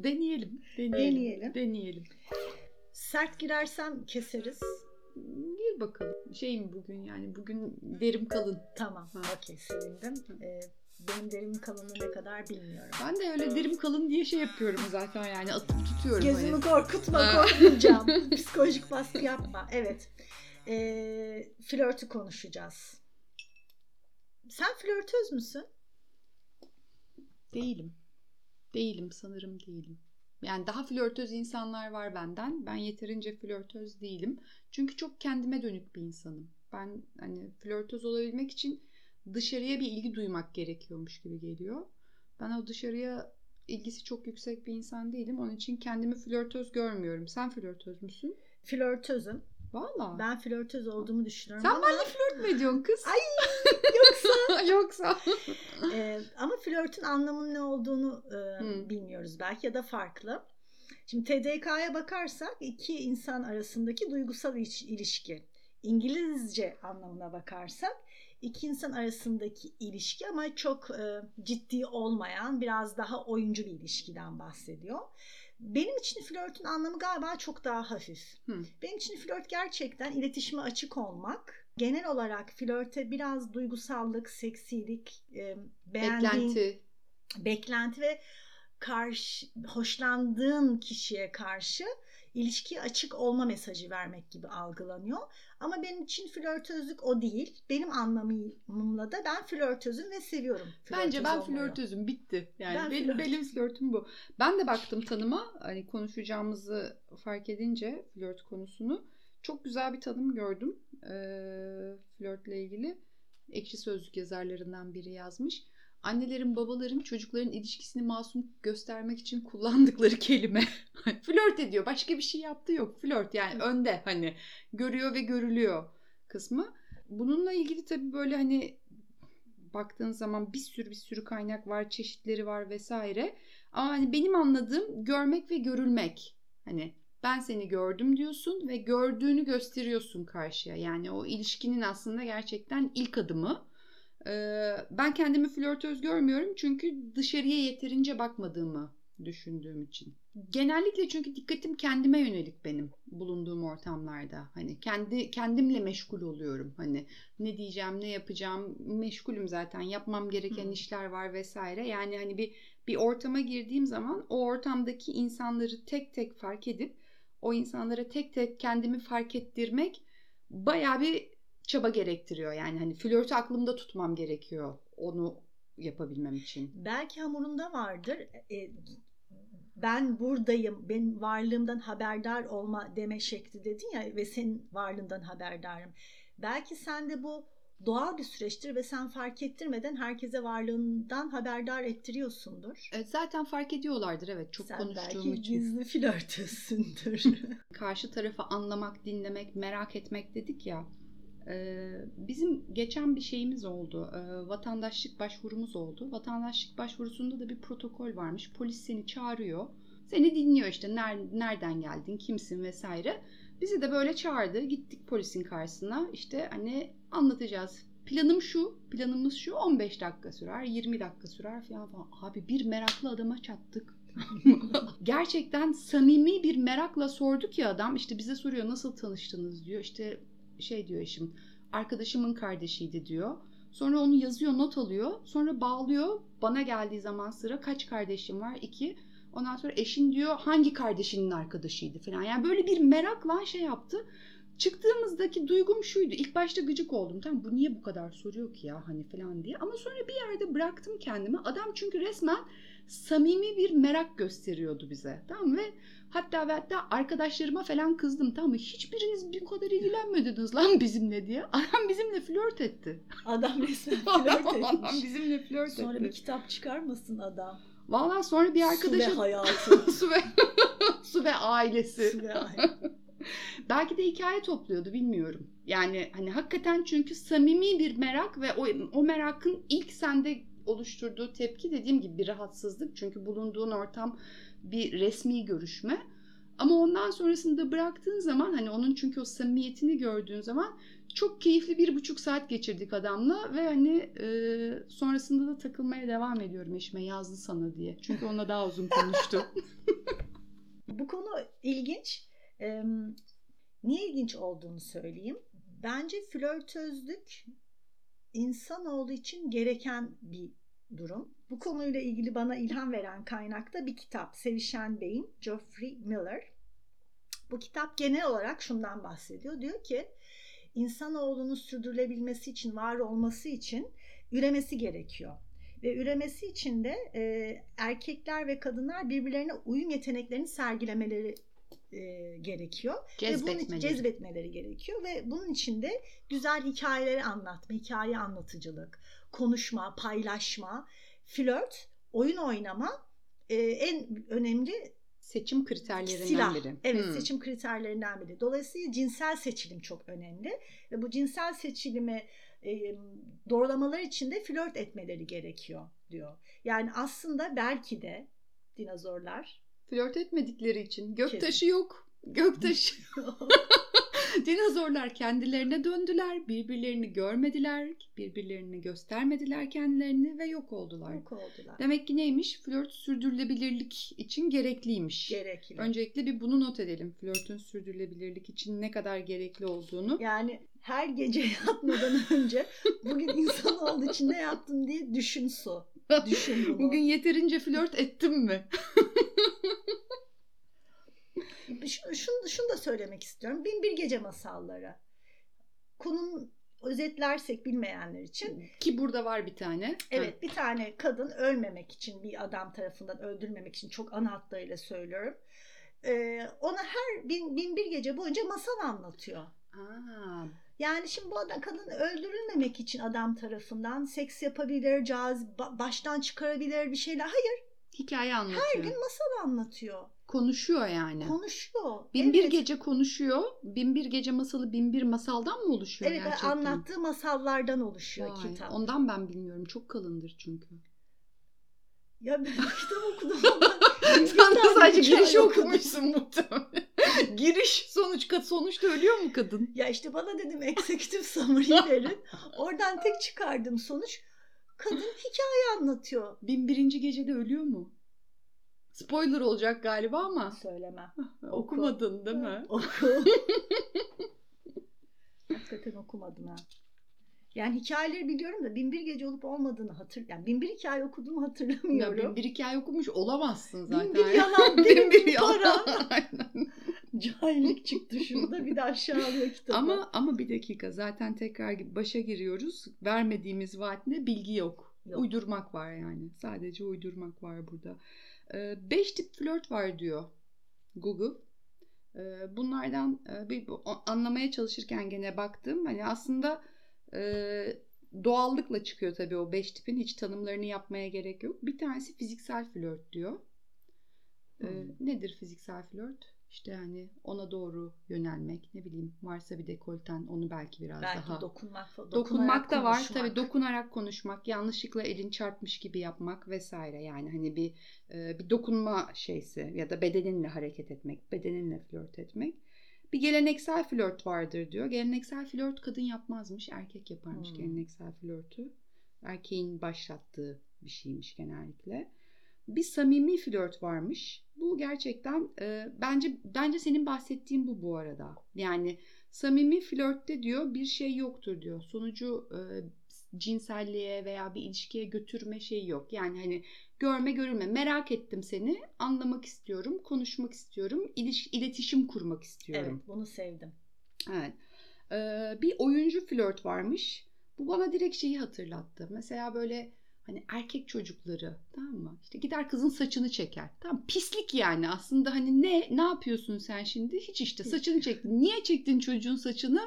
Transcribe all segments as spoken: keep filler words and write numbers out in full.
Deneyelim. Deneyelim. Deneyelim. Deneyelim. Sert girersem keseriz. Gir bakalım. Şey mi bugün yani? Bugün derim kalın. Tamam. Okey, sevindim. Ee, benim derim kalınlığı ne kadar bilmiyorum. Ben de öyle derim kalın diye şey yapıyorum zaten yani. Atıp tutuyorum. Gözümü hani. korkutma, korkmayacağım. Psikolojik baskı yapma. Evet. Ee, flörtü konuşacağız. Sen flörtöz müsün? Değilim. Değilim. Sanırım değilim. Yani daha flörtöz insanlar var benden. Ben yeterince flörtöz değilim. Çünkü çok kendime dönük bir insanım. Ben hani flörtöz olabilmek için dışarıya bir ilgi duymak gerekiyormuş gibi geliyor. Ben o dışarıya ilgisi çok yüksek bir insan değilim. Onun için kendimi flörtöz görmüyorum. Sen flörtöz müsün? Flörtözüm. Valla. Ben flörtöz olduğumu düşünüyorum. Sen ama... benimle flört mü ediyorsun kız? Ay yoksa. Yoksa. ee, ama flörtün anlamının ne olduğunu e, hmm. bilmiyoruz belki ya da farklı. Şimdi T D K'ya bakarsak iki insan arasındaki duygusal ilişki. İngilizce anlamına bakarsak iki insan arasındaki ilişki ama çok e, ciddi olmayan biraz daha oyuncu bir ilişkiden bahsediyor. Benim için flörtün anlamı galiba çok daha hafif. Hmm. Benim için flört gerçekten iletişime açık olmak. Genel olarak flörte biraz duygusallık, seksilik, e, beğendiğin, beklenti. beklenti ve karşı, hoşlandığın kişiye karşı ilişkiye açık olma mesajı vermek gibi algılanıyor. Ama benim için flörtözlük o değil. Benim anlamımla da ben flörtözüm ve seviyorum. Bence ben olmayı. Flörtözüm. Bitti. Yani ben benim, benim flörtüm bu. Ben de baktım tanıma. Hani konuşacağımızı fark edince flört konusunu çok güzel bir tanım gördüm. Ee, flörtle ilgili. Ekşi Sözlük yazarlarından biri yazmış. Annelerin, babaların çocukların ilişkisini masum göstermek için kullandıkları kelime. Flört ediyor. Başka bir şey yaptığı yok. Flört yani önde hani görüyor ve görülüyor kısmı. Bununla ilgili tabii böyle hani baktığın zaman bir sürü bir sürü kaynak var, çeşitleri var vesaire. Ama hani benim anladığım görmek ve görülmek. Hani ben seni gördüm diyorsun ve gördüğünü gösteriyorsun karşıya. Yani o ilişkinin aslında gerçekten ilk adımı. Ben kendimi flörtöz görmüyorum çünkü dışarıya yeterince bakmadığımı düşündüğüm için. Genellikle çünkü dikkatim kendime yönelik benim bulunduğum ortamlarda. Hani kendi kendimle meşgul oluyorum. Hani ne diyeceğim, ne yapacağım, meşgulüm zaten. Yapmam gereken hmm. işler var vesaire. Yani hani bir bir ortama girdiğim zaman o ortamdaki insanları tek tek fark edip o insanlara tek tek kendimi fark ettirmek bayağı bir çaba gerektiriyor. Yani hani flörtü aklımda tutmam gerekiyor onu yapabilmem için. Belki hamurunda vardır. E, ben buradayım, benim varlığımdan haberdar olma deme şekli dedin ya ve senin varlığından haberdarım. Belki sen de bu doğal bir süreçtir ve sen fark ettirmeden herkese varlığından haberdar ettiriyorsundur. Evet, zaten fark ediyorlardır evet çok sen konuştuğum belki için. Gizli flörtüsündür. Karşı tarafı anlamak, dinlemek, merak etmek dedik ya. Bizim geçen bir şeyimiz oldu. Vatandaşlık başvurumuz oldu. Vatandaşlık başvurusunda da bir protokol varmış. Polis seni çağırıyor. Seni dinliyor işte. Nereden geldin, kimsin vesaire. Bizi de böyle çağırdı. Gittik polisin karşısına. İşte hani anlatacağız. Planım şu, planımız şu. on beş dakika sürer, yirmi dakika sürer falan falan. Abi bir meraklı adama çattık. Gerçekten samimi bir merakla sorduk ya adam. İşte bize soruyor nasıl tanıştınız diyor. İşte şey diyor eşim, arkadaşımın kardeşiydi diyor. Sonra onu yazıyor, not alıyor. Sonra bağlıyor. Bana geldiği zaman sıra kaç kardeşim var? İki. Ondan sonra eşin diyor hangi kardeşinin arkadaşıydı falan. Yani böyle bir merakla şey yaptı. Çıktığımızdaki duygum şuydu. İlk başta gıcık oldum. Tamam bu niye bu kadar soruyor ki ya hani falan diye. Ama sonra bir yerde bıraktım kendimi. Adam çünkü resmen samimi bir merak gösteriyordu bize. Tamam ve hatta ve hatta arkadaşlarıma falan kızdım. Tamam mı? Hiçbiriniz bu kadar ilgilenmediniz lan bizimle diye. Adam bizimle flört etti. Adam resmen flört etmiş. Adam bizimle flört etti. Sonra bir kitap çıkarmasın adam. Vallahi sonra bir arkadaşım... Su ve hayatı. Su ve... Su ve ailesi. Su ve ailesi. Belki de hikaye topluyordu bilmiyorum. Yani hani hakikaten çünkü samimi bir merak ve o, o merakın ilk sende oluşturduğu tepki dediğim gibi bir rahatsızlık. Çünkü bulunduğun ortam bir resmi görüşme. Ama ondan sonrasında bıraktığın zaman hani onun çünkü o samimiyetini gördüğün zaman çok keyifli bir buçuk saat geçirdik adamla ve hani e, sonrasında da takılmaya devam ediyorum eşime yazdı sana diye. Çünkü onunla daha uzun konuştu. konu ilginç. Ee, niye ilginç olduğunu söyleyeyim. Bence flörtözlük insanoğlu için gereken bir durum. Bu konuyla ilgili bana ilham veren kaynakta bir kitap. Sevişen Beyin, Geoffrey Miller. Bu kitap genel olarak şundan bahsediyor. Diyor ki insanoğlunun sürdürülebilmesi için, var olması için üremesi gerekiyor. Ve üremesi için de e, erkekler ve kadınlar birbirlerine uyum yeteneklerini sergilemeleri e, gerekiyor. Cezbetmeleri. Ve bunun için cezbetmeleri gerekiyor. Ve bunun için de güzel hikayeleri anlatma, hikaye anlatıcılık, konuşma, paylaşma, flört, oyun oynama e, en önemli seçim kriterlerinden silah. biri. Evet, hmm. seçim kriterlerinden biri. Dolayısıyla cinsel seçilim çok önemli. Ve bu cinsel seçilimi e, doğrulamalar için de flört etmeleri gerekiyor diyor. Yani aslında belki de dinozorlar flört etmedikleri için göktaşı Kesin. yok. Göktaşı. Dinozorlar kendilerine döndüler. Birbirlerini görmediler. Birbirlerini göstermediler kendilerini ve yok oldular. Yok oldular. Demek ki neymiş? Flört sürdürülebilirlik için gerekliymiş. Gerekli. Öncelikle bir bunu not edelim. Flörtün sürdürülebilirlik için ne kadar gerekli olduğunu. Yani her gece yatmadan önce bugün insan olduğu için ne yaptım diye düşün Su. Düşün bunu. Bugün yeterince flört ettim mi? Şunu, şunu, şunu da söylemek istiyorum. Bin bir Gece Masalları. Konunun özetlersek bilmeyenler için. Ki burada var bir tane. Evet, ha. Bir tane kadın ölmemek için, bir adam tarafından öldürülmemek için, çok ana hatlarıyla söylüyorum. Ee, ona her bin, bin bir gece boyunca masal anlatıyor. Aa. Yani şimdi bu adam, kadın öldürülmemek için adam tarafından seks yapabilir, caz baştan çıkarabilir bir şeyler. Hayır. Hikaye anlatıyor. Her gün masal anlatıyor. Konuşuyor yani. Konuşuyor. Bin bir evet. gece konuşuyor. Bin bir gece masalı bin bir masaldan mı oluşuyor evet, gerçekten? anlattığı masallardan oluşuyor Vay, kitap. ondan ben bilmiyorum. Çok kalındır çünkü. Ya ben kitap okudum. Sen de sadece girişi okumuşsun muhtemelen. Giriş sonuç sonuçta ölüyor mu kadın? Ya işte bana dedim executive summary verin. Oradan tek çıkardım sonuç. Kadın hikaye anlatıyor. Bin birinci gecede ölüyor mu? Spoiler olacak galiba ama. Söylemem. Okumadın değil mi? Oku. Hakikaten okumadım ha. Yani hikayeleri biliyorum da bin bir gece olup olmadığını hatır, yani bin bir hikaye okuduğumu hatırlamıyorum. Ya bin bir hikaye okumuş olamazsın zaten. Bin bir yalan, bin bir yalan. Aynen. Cahillik çıktı şurada, bir de aşağı alıyor kitabı. Ama ama bir dakika, zaten tekrar başa giriyoruz. Vermediğimiz vaatle bilgi yok. yok. Uydurmak var yani. Sadece uydurmak var burada. Ee, beş tip flört var diyor Google. Ee, bunlardan bir anlamaya çalışırken gene baktım. Hani aslında e, doğallıkla çıkıyor tabii o beş tipin. Hiç tanımlarını yapmaya gerek yok. Bir tanesi fiziksel flört diyor. Ee, hmm. Nedir fiziksel flört? İşte yani ona doğru yönelmek, ne bileyim, varsa bir dekolten, onu belki biraz belki daha. dokunmak, dokunmak da var tabii, dokunarak konuşmak, yanlışlıkla elin çarpmış gibi yapmak vesaire, yani hani bir bir dokunma şeysi ya da bedeninle hareket etmek, bedeninle flört etmek. Bir geleneksel flört vardır diyor. Geleneksel flört kadın yapmazmış, erkek yaparmış hmm. geleneksel flörtü. Erkeğin başlattığı bir şeymiş genellikle. Bir samimi flört varmış. Bu gerçekten e, bence bence senin bahsettiğin bu bu arada. Yani samimi flörtte diyor bir şey yoktur diyor. Sonucu e, cinselliğe veya bir ilişkiye götürme şeyi yok. Yani hani görme görülme, merak ettim seni, anlamak istiyorum, konuşmak istiyorum, iliş, iletişim kurmak istiyorum. Evet, bunu sevdim. Evet. E, bir oyuncu flört varmış. Bu bana direkt şeyi hatırlattı. Mesela böyle hani erkek çocukları, tamam mı? İşte gider kızın saçını çeker. Tamam, pislik yani aslında, hani ne ne yapıyorsun sen şimdi? Hiç işte saçını çektin. Niye çektin çocuğun saçını?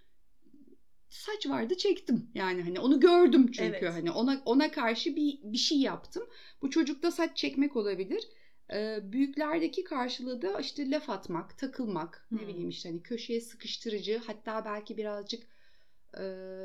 Saç vardı, çektim. Yani hani onu gördüm çünkü evet. Hani ona ona karşı bir bir şey yaptım. Bu çocukta saç çekmek olabilir. Ee, büyüklerdeki karşılığı da işte laf atmak, takılmak, hmm. ne bileyim işte hani köşeye sıkıştırıcı, hatta belki birazcık e,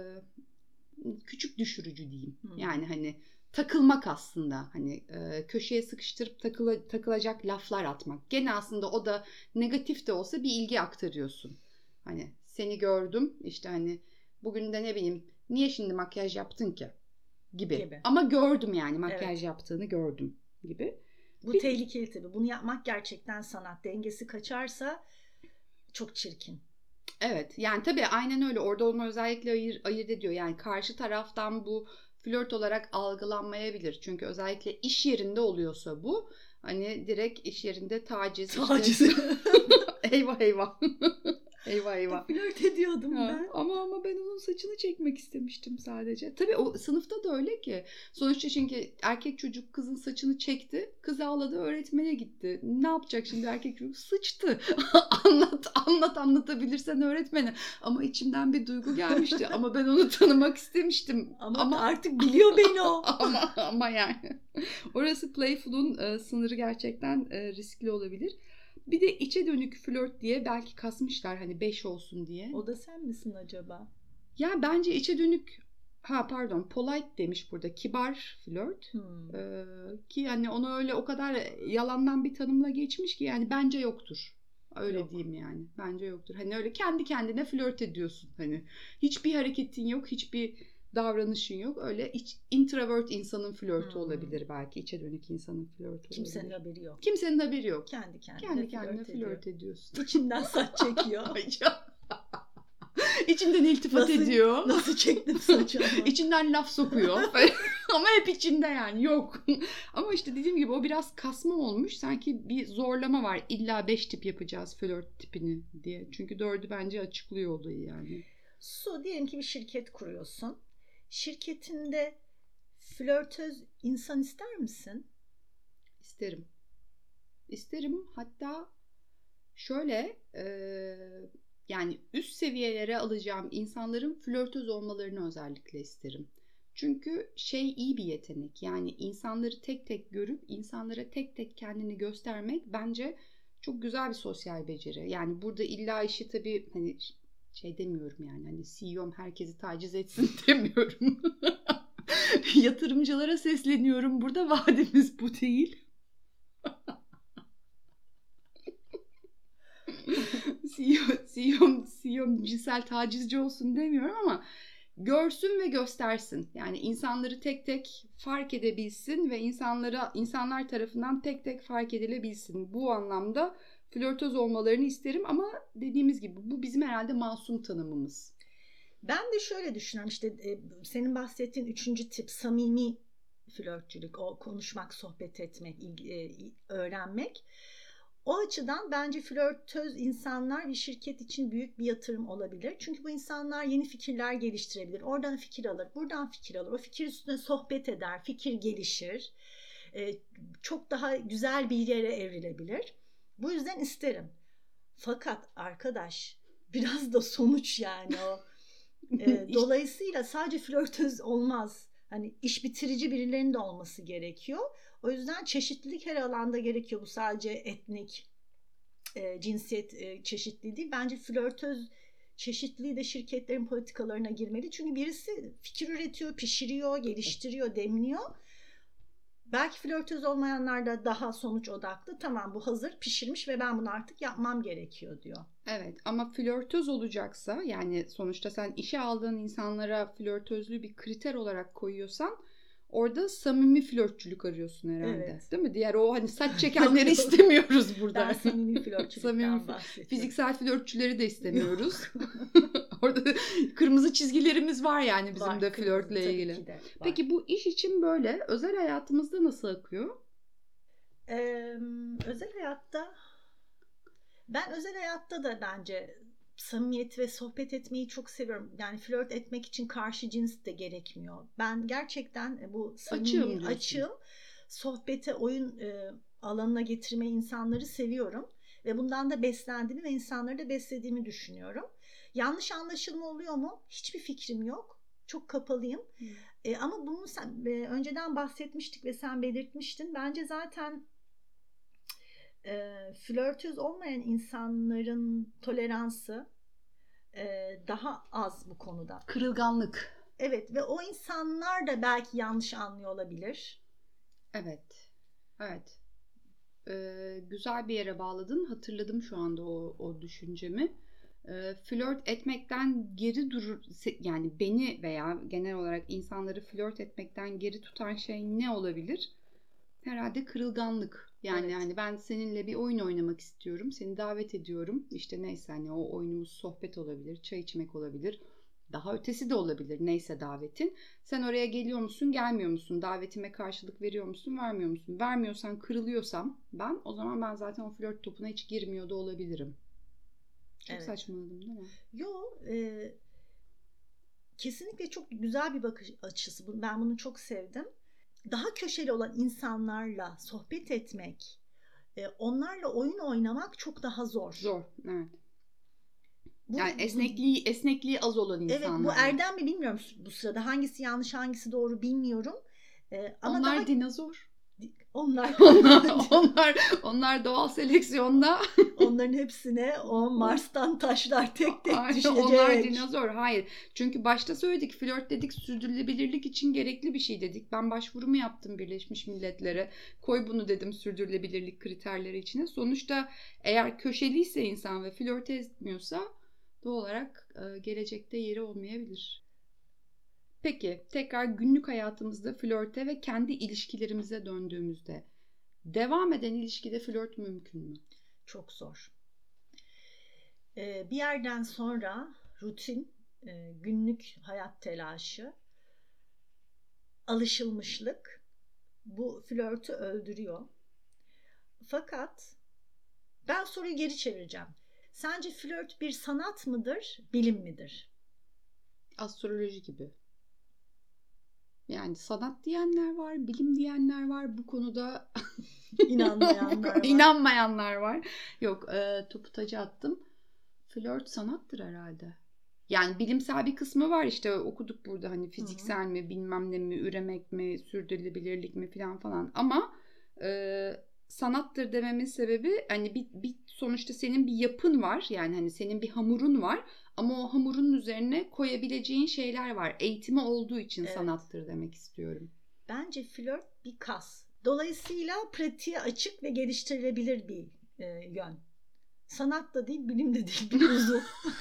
küçük düşürücü diyeyim. Hmm. Yani hani takılmak aslında, hani e, köşeye sıkıştırıp takıla, takılacak laflar atmak. Gene aslında o da negatif de olsa bir ilgi aktarıyorsun. Hani seni gördüm işte, hani bugün de ne bileyim niye şimdi makyaj yaptın ki gibi. gibi. Ama gördüm yani makyaj evet. yaptığını gördüm gibi. Bu Bir- tehlikeli tabii. Bunu yapmak gerçekten sanat. Dengesi kaçarsa çok çirkin. Evet, yani tabii aynen öyle. Orada onu özellikle ayır, ayırt ediyor. Yani karşı taraftan bu flört olarak algılanmayabilir. Çünkü özellikle iş yerinde oluyorsa bu hani direkt iş yerinde taciz, Taciz. işte eyvah eyvah. Eyvah eyvah. Flört ediyordum Ha, ben. ama ama ben onun saçını çekmek istemiştim sadece. Tabii o sınıfta da öyle ki. Sonuçta çünkü erkek çocuk kızın saçını çekti. Kız ağladı, öğretmene gitti. Ne yapacak şimdi erkek çocuk? Sıçtı. Anlat anlat anlatabilirsen öğretmene. Ama içimden bir duygu gelmişti. Ama ben onu tanımak istemiştim. Ama, Ama artık biliyor beni o. ama ama yani. Orası playful'un e, sınırı gerçekten e, riskli olabilir. Bir de içe dönük flört diye belki kasmışlar hani beş olsun diye. O da sen misin acaba? Ya bence içe dönük, ha pardon, polite demiş burada, kibar flört. Hmm. Ee, ki hani onu öyle o kadar yalandan bir tanımla geçmiş ki yani bence yoktur. Öyle Yok. diyeyim yani. Bence yoktur. Hani öyle kendi kendine flört ediyorsun hani. Hiçbir hareketin yok, hiçbir davranışın yok. Öyle iç, introvert insanın flörtü Hmm. olabilir belki. İçe dönük insanın flörtü Kimsenin olabilir. haberi yok. Kimsenin haberi yok. Kendi kendine, Kendi flört, kendine ediyor. flört ediyorsun. İçinden saç çekiyor. Ay ya. İçinden iltifat Nasıl- ediyor. Nasıl çektim saçımı? İçinden laf sokuyor. Ama hep içinde yani yok. Ama işte dediğim gibi o biraz kasma olmuş. Sanki bir zorlama var. İlla beş tip yapacağız flört tipini diye. Çünkü dördü bence açıklıyor olayı yani. Su, diyelim ki bir şirket kuruyorsun. Şirketinde flörtöz insan ister misin? İsterim. İsterim. Hatta şöyle e, yani üst seviyelere alacağım insanların flörtöz olmalarını özellikle isterim. Çünkü şey iyi bir yetenek. Yani insanları tek tek görüp insanlara tek tek kendini göstermek bence çok güzel bir sosyal beceri. Yani burada illa işi tabii hani şey demiyorum yani hani C E O'm herkesi taciz etsin demiyorum. Yatırımcılara sesleniyorum. Burada vaadimiz bu değil. C E O, C E O'm, C E O'm cinsel tacizci olsun demiyorum ama görsün ve göstersin. Yani insanları tek tek fark edebilsin ve insanlara insanlar tarafından tek tek fark edilebilsin. Bu anlamda flörtöz olmalarını isterim ama dediğimiz gibi bu bizim herhalde masum tanımımız. Ben de şöyle düşünüyorum, işte e, senin bahsettiğin üçüncü tip samimi flörtçülük, o konuşmak, sohbet etmek, ilgi, e, öğrenmek. O açıdan bence flörtöz insanlar bir şirket için büyük bir yatırım olabilir. Çünkü bu insanlar yeni fikirler geliştirebilir. Oradan fikir alır, buradan fikir alır. O fikir üstüne sohbet eder, fikir gelişir. E, çok daha güzel bir yere evrilebilir. Bu yüzden isterim. Fakat arkadaş biraz da sonuç yani o. E, dolayısıyla sadece flörtöz olmaz. Hani iş bitirici birilerinin de olması gerekiyor. O yüzden çeşitlilik her alanda gerekiyor. Bu sadece etnik, e, cinsiyet e, çeşitliliği değil. Bence flörtöz çeşitliliği de şirketlerin politikalarına girmeli. Çünkü birisi fikir üretiyor, pişiriyor, geliştiriyor, demliyor. Belki flörtöz olmayanlar da daha sonuç odaklı. Tamam, bu hazır, pişirmiş ve ben bunu artık yapmam gerekiyor diyor. Evet ama flörtöz olacaksa yani sonuçta sen işe aldığın insanlara flörtözlüğü bir kriter olarak koyuyorsan orada samimi flörtçülük arıyorsun herhalde. Evet. Değil mi? Diğer o hani saç çekenleri istemiyoruz burada. Ben samimi flörtçülükten Samimi, bahsediyorum. fiziksel flörtçüleri de istemiyoruz. Orada kırmızı çizgilerimiz var yani bizim Var, de kırmızı, flörtle tabii ilgili. ki de var. Peki bu iş için böyle özel hayatımızda nasıl akıyor? Ee, özel hayatta ben özel hayatta da bence samimiyet ve sohbet etmeyi çok seviyorum. Yani flört etmek için karşı cins de gerekmiyor. Ben gerçekten bu Açığım samimi, diyorsun. açığım, sohbete, oyun e, alanına getirmeyi insanları seviyorum. Ve bundan da beslendiğimi ve insanları da beslediğimi düşünüyorum. Yanlış anlaşılma oluyor mu? Hiçbir fikrim yok. Çok kapalıyım. Hmm. E, ama bunu sen, e, önceden bahsetmiştik ve sen belirtmiştin. Bence zaten e, flörtöz olmayan insanların toleransı e, daha az bu konuda. Kırılganlık. Evet ve o insanlar da belki yanlış anlıyor olabilir. Evet. Evet. Ee, güzel bir yere bağladın. Hatırladım şu anda o, o düşüncemi. Ee, flört etmekten geri durur, yani beni veya genel olarak insanları flört etmekten geri tutan şey ne olabilir? Herhalde kırılganlık Yani Evet. hani ben seninle bir oyun oynamak istiyorum. Seni davet ediyorum. İşte neyse hani o oyunumuz sohbet olabilir, çay içmek olabilir. Daha ötesi de olabilir. Neyse davetin. Sen oraya geliyor musun, gelmiyor musun? Davetime karşılık veriyor musun, vermiyor musun? Vermiyorsan, kırılıyorsam ben o zaman ben zaten o flört topuna hiç girmiyor da olabilirim. Çok Evet. saçmaladım değil mi? Yo, e, kesinlikle çok güzel bir bakış açısı. Ben bunu çok sevdim. Daha köşeli olan insanlarla sohbet etmek, e, onlarla oyun oynamak çok daha zor. Zor, evet. Bu, Yani bu esnekliği esnekliği az olan evet, bu insanlarla. erdem mi bilmiyorum bu sırada. Hangisi yanlış, hangisi doğru bilmiyorum. E, ama Onlar daha dinozor. onlar onlar, onlar, onlar doğal seleksiyonda. onların hepsine o Mars'tan taşlar tek tek Aynen, düşecek. onlar dinozor. Hayır. Çünkü başta söyledik, flört dedik, sürdürülebilirlik için gerekli bir şey dedik. Ben başvurumu yaptım Birleşmiş Milletler'e. Koy bunu dedim sürdürülebilirlik kriterleri içine. Sonuçta eğer köşeliyse insan ve flört etmiyorsa doğal olarak e, gelecekte yeri olmayabilir. Peki tekrar günlük hayatımızda flörte ve kendi ilişkilerimize döndüğümüzde devam eden ilişkide flört mümkün mü? Çok zor. Ee, bir yerden sonra rutin, e, günlük hayat telaşı, alışılmışlık bu flörtü öldürüyor. Fakat ben soruyu geri çevireceğim. Sence flört bir sanat mıdır, bilim midir? Astroloji gibi. Yani sanat diyenler var, bilim diyenler var. Bu konuda İnanmayanlar var. İnanmayanlar var. Yok, e, topu taca attım. Flört sanattır herhalde. Yani bilimsel bir kısmı var işte okuduk burada hani fiziksel Hı-hı. mi bilmem ne mi üremek mi sürdürülebilirlik mi falan falan ama e, sanattır dememin sebebi hani bir, bir sonuçta senin bir yapın var yani hani senin bir hamurun var ama o hamurun üzerine koyabileceğin şeyler var. Eğitimi olduğu için evet. Sanattır demek istiyorum. Bence flört bir kas. Dolayısıyla pratiğe açık ve geliştirilebilir bir e, yön. Sanat da değil, bilim de değil, bir uzuv.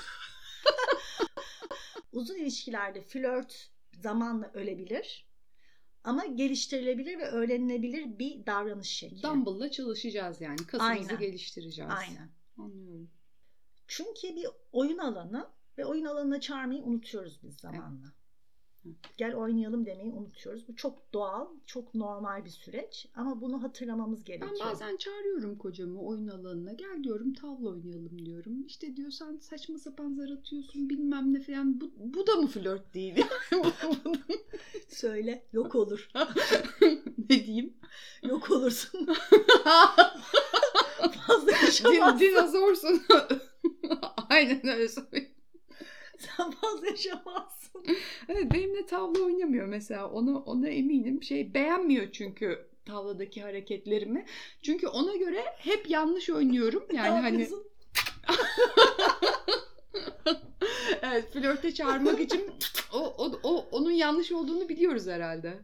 Uzun ilişkilerde flört zamanla ölebilir ama geliştirilebilir ve öğrenilebilir bir davranış şekli. Dumbbell'la çalışacağız yani. Kasımızı Aynen. geliştireceğiz. Aynen. Anlıyorum. Çünkü bir oyun alanı ve oyun alanına çağırmayı unutuyoruz biz zamanla. Evet. Gel oynayalım demeyi unutuyoruz. Bu çok doğal, çok normal bir süreç ama bunu hatırlamamız gerekiyor. Ben bazen çağırıyorum kocamı oyun alanına. Gel diyorum tavla oynayalım diyorum. İşte diyorsan saçma sapan zar atıyorsun bilmem ne falan. Bu, bu da mı flört değil? Söyle yok olur. Ne diyeyim? Yok olursun. Fazla yaşamazsın. Din, dinozorsun. Aynen öyle söyleyeyim. Sen fazla yaşamazsın. Evet, benimle tavla oynamıyor mesela. Onu ona eminim. Şey beğenmiyor çünkü tavladaki hareketlerimi. Çünkü ona göre hep yanlış oynuyorum. Yani hani evet, flörte çağırmak için o, o, o onun yanlış olduğunu biliyoruz herhalde.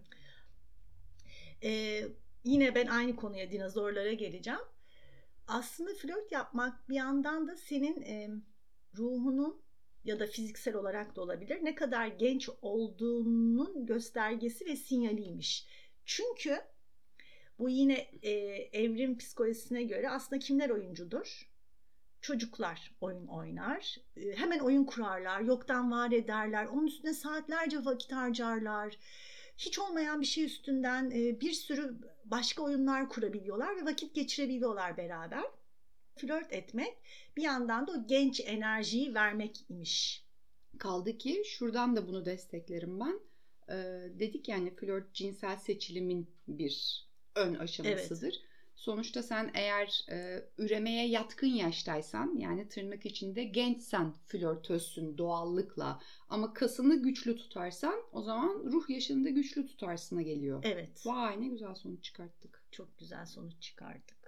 Ee, yine ben aynı konuya dinozorlara geleceğim. Aslında flört yapmak bir yandan da senin e, ruhunun ya da fiziksel olarak da olabilir ne kadar genç olduğunun göstergesi ve sinyaliymiş. Çünkü bu yine e, evrim psikolojisine göre aslında kimler oyuncudur? Çocuklar oyun oynar. E, hemen oyun kurarlar, yoktan var ederler. Onun üstüne saatlerce vakit harcarlar. Hiç olmayan bir şey üstünden e, bir sürü başka oyunlar kurabiliyorlar ve vakit geçirebiliyorlar beraber. Flört etmek bir yandan da o genç enerjiyi vermek imiş. Kaldı ki şuradan da bunu desteklerim ben. Ee, dedik yani flört cinsel seçilimin bir ön aşamasıdır. Evet. Sonuçta sen eğer e, üremeye yatkın yaştaysan yani tırnak içinde gençsen flörtözsün doğallıkla ama kasını güçlü tutarsan o zaman ruh yaşını da güçlü tutarsına geliyor. Evet. Vay ne güzel sonuç çıkarttık. Çok güzel sonuç çıkarttık.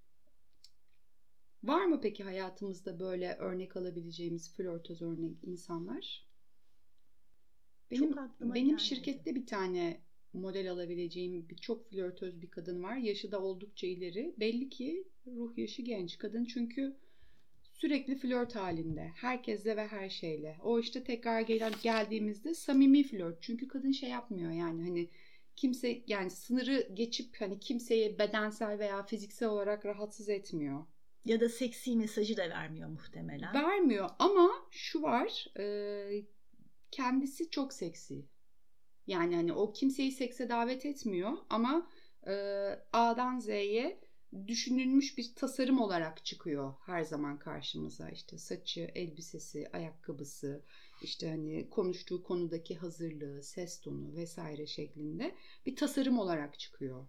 Var mı peki hayatımızda böyle örnek alabileceğimiz flörtöz örnek insanlar? Benim, benim gelmedi. Şirkette bir tane model alabileceğim bir çok flörtöz bir kadın var. Yaşı da oldukça ileri. Belli ki ruh yaşı genç. Kadın çünkü sürekli flört halinde. Herkesle ve her şeyle. O işte tekrar gel- geldiğimizde samimi flört. Çünkü kadın şey yapmıyor yani hani kimse yani sınırı geçip hani kimseye bedensel veya fiziksel olarak rahatsız etmiyor. Ya da seksi mesajı da vermiyor muhtemelen. Vermiyor ama şu var, e, kendisi çok seksi. Yani hani o kimseyi sekse davet etmiyor ama e, A'dan Z'ye düşünülmüş bir tasarım olarak çıkıyor her zaman karşımıza. İşte saçı, elbisesi, ayakkabısı, işte hani konuştuğu konudaki hazırlığı, ses tonu vesaire şeklinde bir tasarım olarak çıkıyor.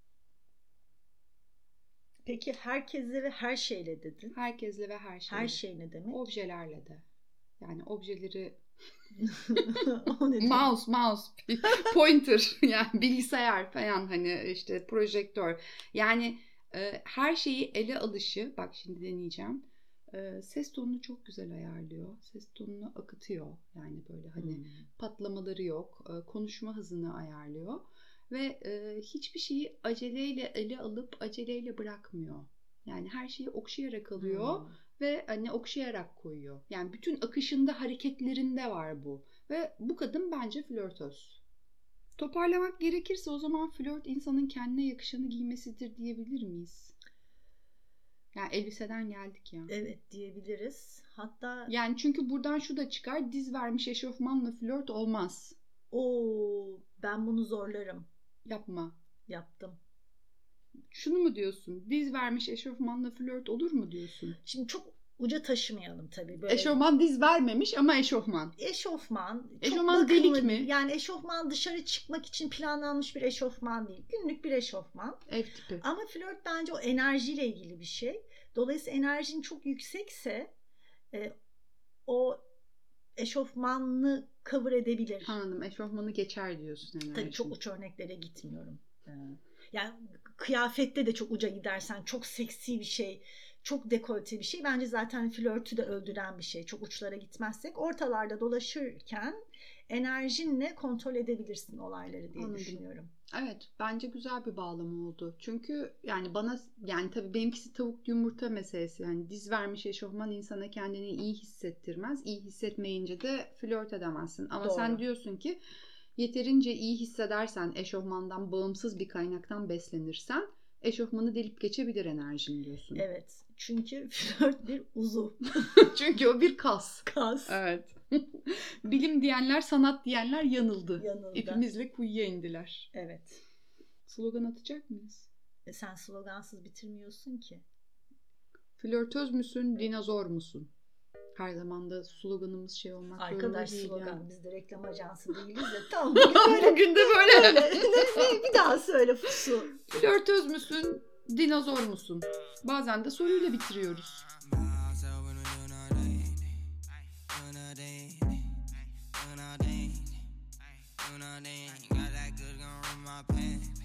Peki herkesle ve her şeyle dedin. Herkesle ve her şeyle. Her şey ne demek? Objelerle de. Yani objeleri O ne demek? mouse, mouse, pointer yani bilgisayar falan hani işte projektör. Yani e, her şeyi ele alışı, bak şimdi deneyeceğim. E, ses tonunu çok güzel ayarlıyor. Ses tonunu akıtıyor. Yani böyle hani Hmm. patlamaları yok. E, konuşma hızını ayarlıyor. Ve e, hiçbir şeyi aceleyle ele alıp aceleyle bırakmıyor. Yani her şeyi okşayarak alıyor. Hmm. Ve hani okşayarak koyuyor. Yani bütün akışında, hareketlerinde var bu. Ve bu kadın bence flörtöz. Toparlamak gerekirse o zaman flört insanın kendine yakışanı giymesidir diyebilir miyiz? Yani elbiseden geldik ya. Evet diyebiliriz. Hatta Yani çünkü buradan şu da çıkar. Diz vermiş eşofmanla flört olmaz. o ben bunu zorlarım. Yapma. Yaptım. Şunu mu diyorsun? Diz vermiş eşofmanla flört olur mu diyorsun? Şimdi çok uca taşımayalım tabii. Böyle Eşofman diz vermemiş ama eşofman. eşofman. Çok Eşofman bakımlı delik mi? değil. Yani eşofman dışarı çıkmak için planlanmış bir eşofman değil. Günlük bir eşofman. Ev tipi. Ama flört bence o enerjiyle ilgili bir şey. Dolayısıyla enerjin çok yüksekse e, o eşofmanını cover edebilir. Anladım. Eşofmanı geçer diyorsun enerji. Tabii çok uç örneklere gitmiyorum. Ee, Yani kıyafette de çok uca gidersen çok seksi bir şey, çok dekolte bir şey. Bence zaten flörtü de öldüren bir şey. Çok uçlara gitmezsek ortalarda dolaşırken enerjinle kontrol edebilirsin olayları diye Anladım. düşünüyorum. Evet, bence güzel bir bağlama oldu. Çünkü yani bana yani tabii benimkisi tavuk yumurta meselesi. Yani diz vermiş eşofman insana kendini iyi hissettirmez. İyi hissetmeyince de flört edemezsin. Ama Doğru. sen diyorsun ki yeterince iyi hissedersen, eşofmandan bağımsız bir kaynaktan beslenirsen eşofmanı delip geçebilir enerjin diyorsun. Evet. Çünkü flört bir uzuv. Çünkü o bir kas. Kas. Evet. Bilim diyenler, sanat diyenler yanıldı. Yanıldı. İpimizle kuyuya indiler. Evet. Slogan atacak mıyız? E sen slogansız bitirmiyorsun ki. Flörtöz müsün, dinozor musun? Her zaman da sloganımız şey olmak zorunda Arkadaş değil slogan. yani. Biz de reklam ajansı değiliz de. Tamam bugün böyle. Bugün de böyle. Öyle. Ne- bir daha söyle Fusu. Flörtöz müsün, dinozor musun? Bazen de soruyla bitiriyoruz. Got that good gun run my pen.